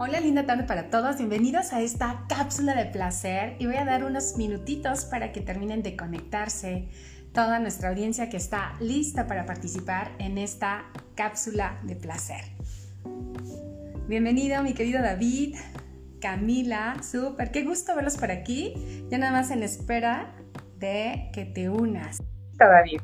Hola, linda tarde para todos, bienvenidos a esta cápsula de placer y voy a dar unos minutitos para que terminen de conectarse toda nuestra audiencia que está lista para participar en esta cápsula de placer. Bienvenido mi querido David, Camila, súper, qué gusto verlos por aquí, ya nada más en espera de que te unas. David.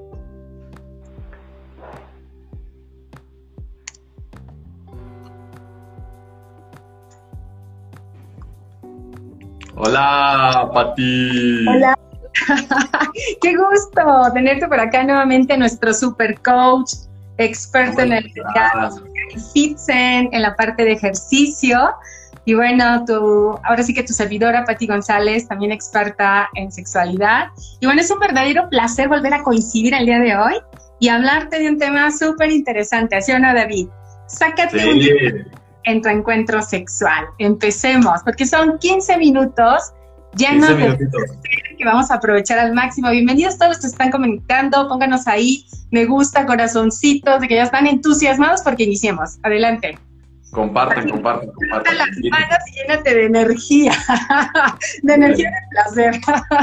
Hola, Pati. Hola. Qué gusto tenerte por acá nuevamente, nuestro super coach, experto en el Fitzen, en la parte de ejercicio. Y bueno, ahora sí que tu servidora, Pati González, también experta en sexualidad. Y bueno, es un verdadero placer volver a coincidir el día de hoy y hablarte de un tema súper interesante, ¿sí o no, David? Sácate un día en tu encuentro sexual. Empecemos, porque son 15 minutos llenos de placer que vamos a aprovechar al máximo. Bienvenidos todos los que se están conectando, pónganos ahí me gusta, corazoncitos, de que ya están entusiasmados porque iniciemos. Adelante. Compartan. Las manos y llénate de energía, de energía de placer.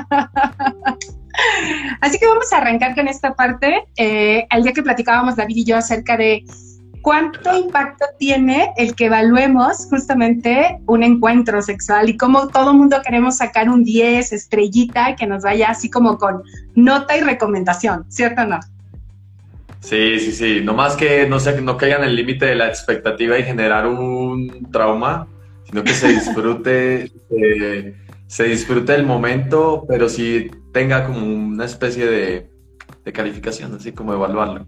Así que vamos a arrancar con esta parte. El día que platicábamos David y yo acerca de ¿cuánto impacto tiene el que evaluemos justamente un encuentro sexual y cómo todo mundo queremos sacar un 10, estrellita, que nos vaya así como con nota y recomendación, ¿cierto o no? Sí, no más que no caigan en el límite de la expectativa y generar un trauma, sino que se disfrute, se disfrute el momento, pero sí tenga como una especie de calificación, así como evaluarlo.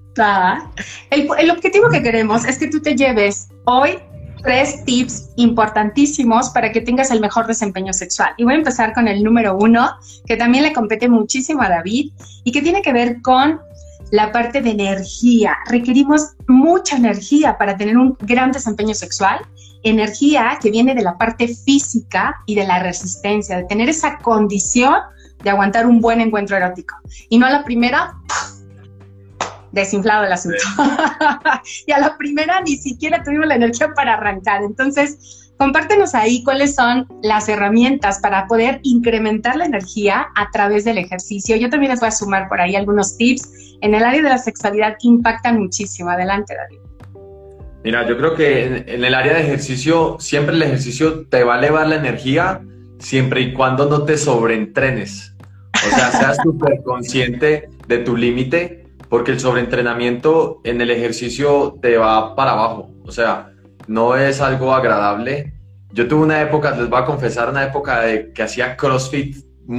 El objetivo que queremos es que tú te lleves hoy 3 tips importantísimos para que tengas el mejor desempeño sexual. Y voy a empezar con el número 1, que también le compete muchísimo a David y que tiene que ver con la parte de energía. Requerimos mucha energía para tener un gran desempeño sexual, energía que viene de la parte física y de la resistencia, de tener esa condición de aguantar un buen encuentro erótico. Y no a la primera, desinflado el asunto. Y a la primera ni siquiera tuvimos la energía para arrancar. Entonces, compártenos ahí cuáles son las herramientas para poder incrementar la energía a través del ejercicio. Yo también les voy a sumar por ahí algunos tips en el área de la sexualidad que impactan muchísimo. Adelante, David. Mira, yo creo que en el área de ejercicio, siempre el ejercicio te va a elevar la energía siempre y cuando no te sobreentrenes. O sea, seas súper consciente de tu límite, porque el sobreentrenamiento en el ejercicio te va para abajo, o sea, no es algo agradable. Yo tuve una época, les voy a confesar, una época de que hacía CrossFit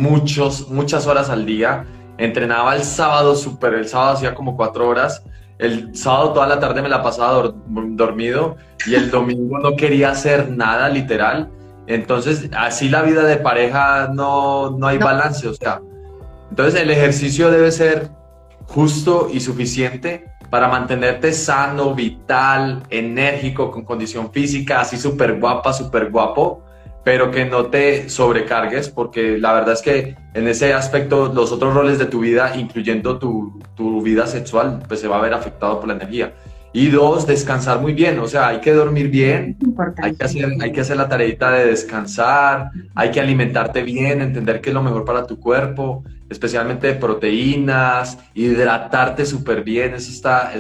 muchas horas al día, entrenaba el sábado el sábado hacía como 4 horas, el sábado toda la tarde me la pasaba dormido y el domingo no quería hacer nada, literal. Entonces, así la vida de pareja no hay balance, o sea, entonces el ejercicio debe ser justo y suficiente para mantenerte sano, vital, enérgico, con condición física, así súper guapa, súper guapo, pero que no te sobrecargues, porque la verdad es que en ese aspecto los otros roles de tu vida, incluyendo tu vida sexual, pues se va a ver afectado por la energía. Y 2, descansar muy bien, o sea, hay que dormir bien, hay que hacer la tareita de descansar, hay que alimentarte bien, entender qué es lo mejor para tu cuerpo, especialmente de proteínas, hidratarte súper bien, eso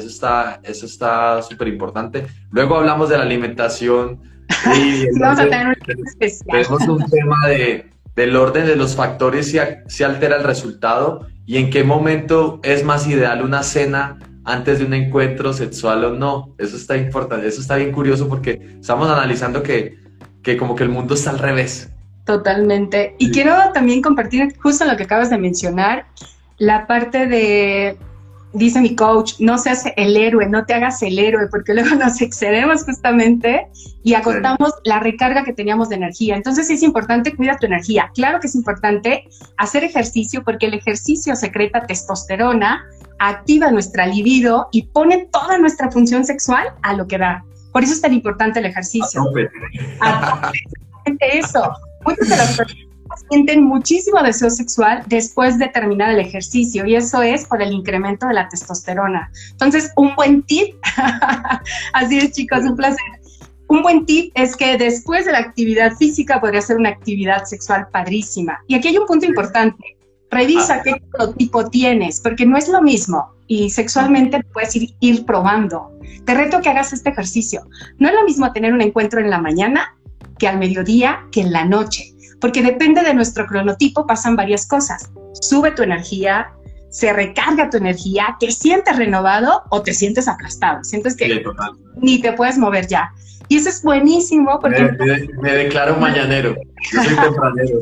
está súper importante. Luego hablamos de la alimentación y vamos a tener un especial. Tenemos un tema del orden de los factores, si altera el resultado y en qué momento es más ideal una cena antes de un encuentro sexual o no. Eso está importante, eso está bien curioso porque estamos analizando que como que el mundo está al revés. Totalmente. Y quiero también compartir justo lo que acabas de mencionar, la parte de, dice mi coach, no seas el héroe, no te hagas el héroe, porque luego nos excedemos justamente y agotamos la recarga que teníamos de energía. Entonces es importante, cuida tu energía. Claro que es importante hacer ejercicio porque el ejercicio secreta testosterona, activa nuestra libido y pone toda nuestra función sexual a lo que da. Por eso es tan importante el ejercicio. Eso. Muchas de las personas sienten muchísimo deseo sexual después de terminar el ejercicio y eso es por el incremento de la testosterona. Entonces, un buen tip, así es chicos, un placer. Un buen tip es que después de la actividad física podría ser una actividad sexual padrísima. Y aquí hay un punto importante. Revisa qué tipo tienes, porque no es lo mismo. Y sexualmente puedes ir probando. Te reto que hagas este ejercicio. No es lo mismo tener un encuentro en la mañana que al mediodía que en la noche. Porque depende de nuestro cronotipo, pasan varias cosas. Sube tu energía, se recarga tu energía, te sientes renovado o te sientes aplastado. Sientes que Sí, ni te puedes mover ya. Y eso es buenísimo porque... Me declaro mañanero. Yo soy tempranero.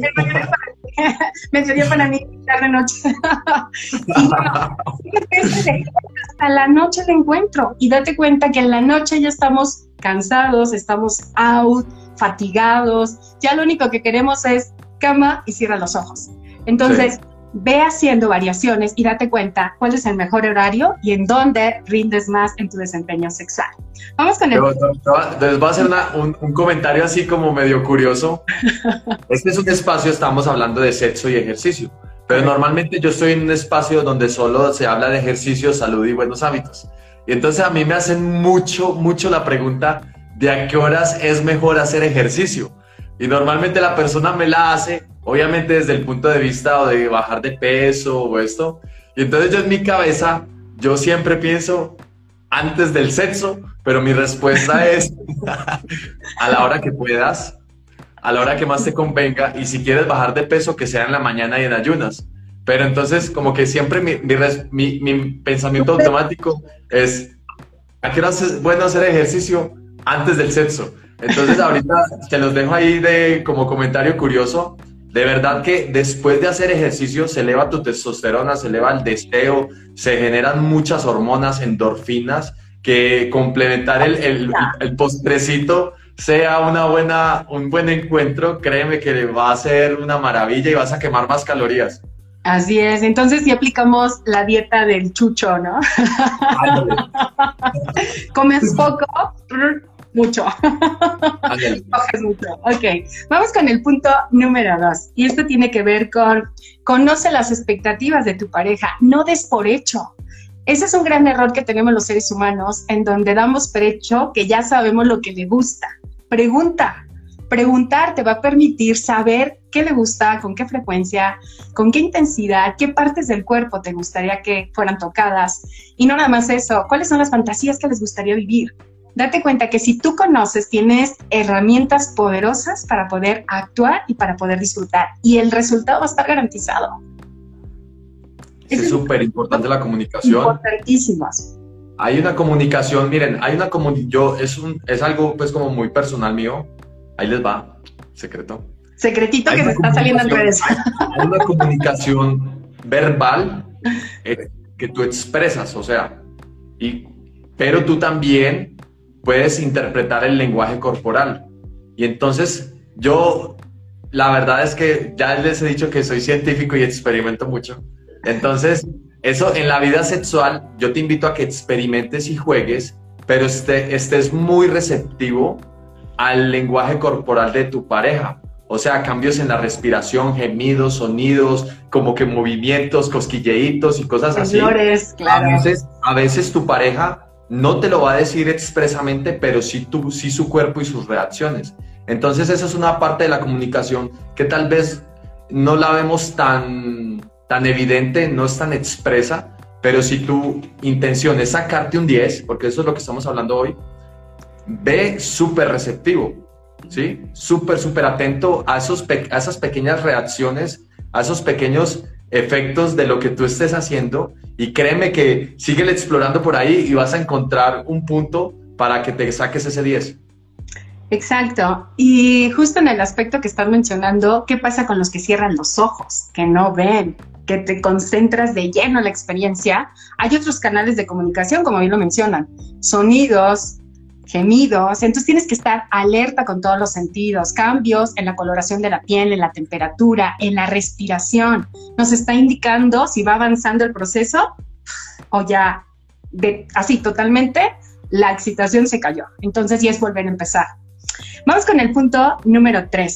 Me sería para mí tarde noche. Y bueno, hasta la noche el encuentro. Y date cuenta que en la noche ya estamos cansados, estamos out, fatigados. Ya lo único que queremos es cama y cierra los ojos. Entonces... Sí. Ve haciendo variaciones y date cuenta cuál es el mejor horario y en dónde rindes más en tu desempeño sexual. Vamos con el... Les voy a hacer un comentario así como medio curioso. Este es un espacio, estamos hablando de sexo y ejercicio, pero normalmente yo estoy en un espacio donde solo se habla de ejercicio, salud y buenos hábitos. Y entonces a mí me hacen mucho la pregunta de a qué horas es mejor hacer ejercicio. Y normalmente la persona me la hace, obviamente desde el punto de vista o de bajar de peso o esto. Y entonces yo en mi cabeza, yo siempre pienso antes del sexo, pero mi respuesta es a la hora que puedas, a la hora que más te convenga, y si quieres bajar de peso, que sea en la mañana y en ayunas. Pero entonces como que siempre mi pensamiento automático es, ¿a qué hora es bueno hacer ejercicio? Antes del sexo. Entonces ahorita te los dejo ahí como comentario curioso. De verdad que después de hacer ejercicio se eleva tu testosterona, se eleva el deseo, se generan muchas hormonas, endorfinas, que complementar el postrecito sea un buen encuentro, créeme que va a ser una maravilla y vas a quemar más calorías. Así es, entonces sí aplicamos la dieta del chucho, ¿no? Comes poco, mucho. Coges mucho. Ok, vamos con el punto número 2. Y esto tiene que ver con conoce las expectativas de tu pareja, no des por hecho. Ese es un gran error que tenemos los seres humanos, en donde damos por hecho que ya sabemos lo que le gusta. Pregunta. Preguntar te va a permitir saber qué le gusta, con qué frecuencia, con qué intensidad, qué partes del cuerpo te gustaría que fueran tocadas. Y no nada más eso, cuáles son las fantasías que les gustaría vivir. Date cuenta que si tú conoces, tienes herramientas poderosas para poder actuar y para poder disfrutar. Y el resultado va a estar garantizado. Es súper importante la comunicación. Importantísimas. Hay una comunicación, miren, es algo pues como muy personal mío. Ahí les va, secreto. Secretito que se está saliendo en redes. Hay una comunicación verbal que tú expresas, o sea, pero tú también puedes interpretar el lenguaje corporal. Y entonces la verdad es que ya les he dicho que soy científico y experimento mucho. Entonces, eso en la vida sexual, yo te invito a que experimentes y juegues, pero estés muy receptivo al lenguaje corporal de tu pareja. O sea, cambios en la respiración, gemidos, sonidos, como que movimientos, cosquilleitos y cosas así. Flores, claro. A veces tu pareja no te lo va a decir expresamente, pero sí su cuerpo y sus reacciones. Entonces esa es una parte de la comunicación que tal vez no la vemos tan evidente, no es tan expresa, pero si tu intención es sacarte un 10, porque eso es lo que estamos hablando hoy, ve súper receptivo, ¿sí? Súper atento a esas pequeñas reacciones, a esos pequeños efectos de lo que tú estés haciendo, y créeme que síguele explorando por ahí y vas a encontrar un punto para que te saques ese 10. Exacto, y justo en el aspecto que estás mencionando, ¿qué pasa con los que cierran los ojos, que no ven, que te concentras de lleno en la experiencia? Hay otros canales de comunicación, como bien lo mencionan, sonidos, gemidos, entonces tienes que estar alerta con todos los sentidos, cambios en la coloración de la piel, en la temperatura, en la respiración, nos está indicando si va avanzando el proceso o ya así totalmente la excitación se cayó, entonces ya es volver a empezar. Vamos con el punto número 3.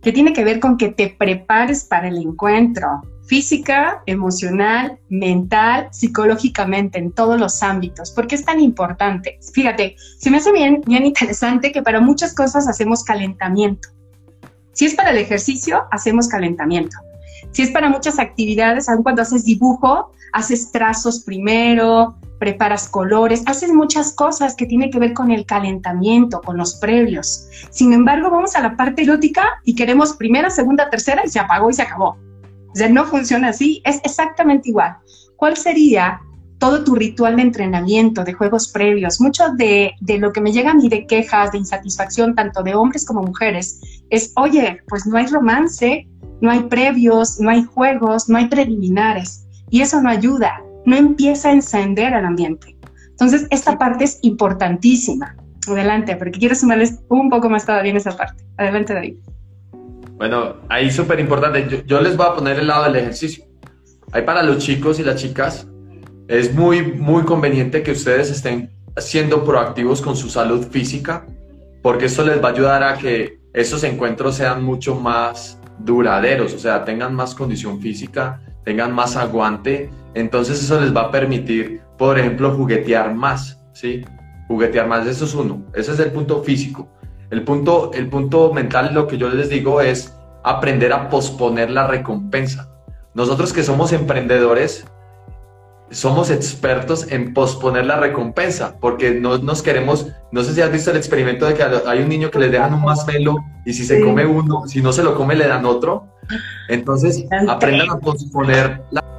que tiene que ver con que te prepares para el encuentro, física, emocional, mental, psicológicamente, en todos los ámbitos. ¿Por qué es tan importante? Fíjate, se me hace bien interesante que para muchas cosas hacemos calentamiento. Si es para el ejercicio, hacemos calentamiento. Si es para muchas actividades, aun cuando haces dibujo, haces trazos primero, preparas colores, haces muchas cosas que tienen que ver con el calentamiento, con los previos. Sin embargo, vamos a la parte erótica y queremos primera, segunda, tercera y se apagó y se acabó. O sea, no funciona así, es exactamente igual. ¿Cuál sería todo tu ritual de entrenamiento, de juegos previos? Mucho de lo que me llega a mí de quejas, de insatisfacción, tanto de hombres como mujeres, es, oye, pues no hay romance, no hay previos, no hay juegos, no hay preliminares. Y eso no ayuda, no empieza a encender el ambiente. Entonces, esta parte es importantísima. Adelante, porque quiero sumarles un poco más todavía en esa parte. Adelante, David. Bueno, ahí súper importante. Yo les voy a poner el lado del ejercicio. Ahí para los chicos y las chicas, es muy conveniente que ustedes estén siendo proactivos con su salud física, porque esto les va a ayudar a que esos encuentros sean mucho más duraderos, o sea, tengan más condición física, tengan más aguante. Entonces eso les va a permitir, por ejemplo, juguetear más, ¿sí? Juguetear más, eso es uno. Ese es el punto físico. El punto mental, lo que yo les digo es aprender a posponer la recompensa. Nosotros que somos emprendedores, somos expertos en posponer la recompensa, porque no nos queremos, no sé si has visto el experimento de que hay un niño que le dejan un marshmallow y si se come uno, si no se lo come le dan otro. Entonces aprendan a posponer la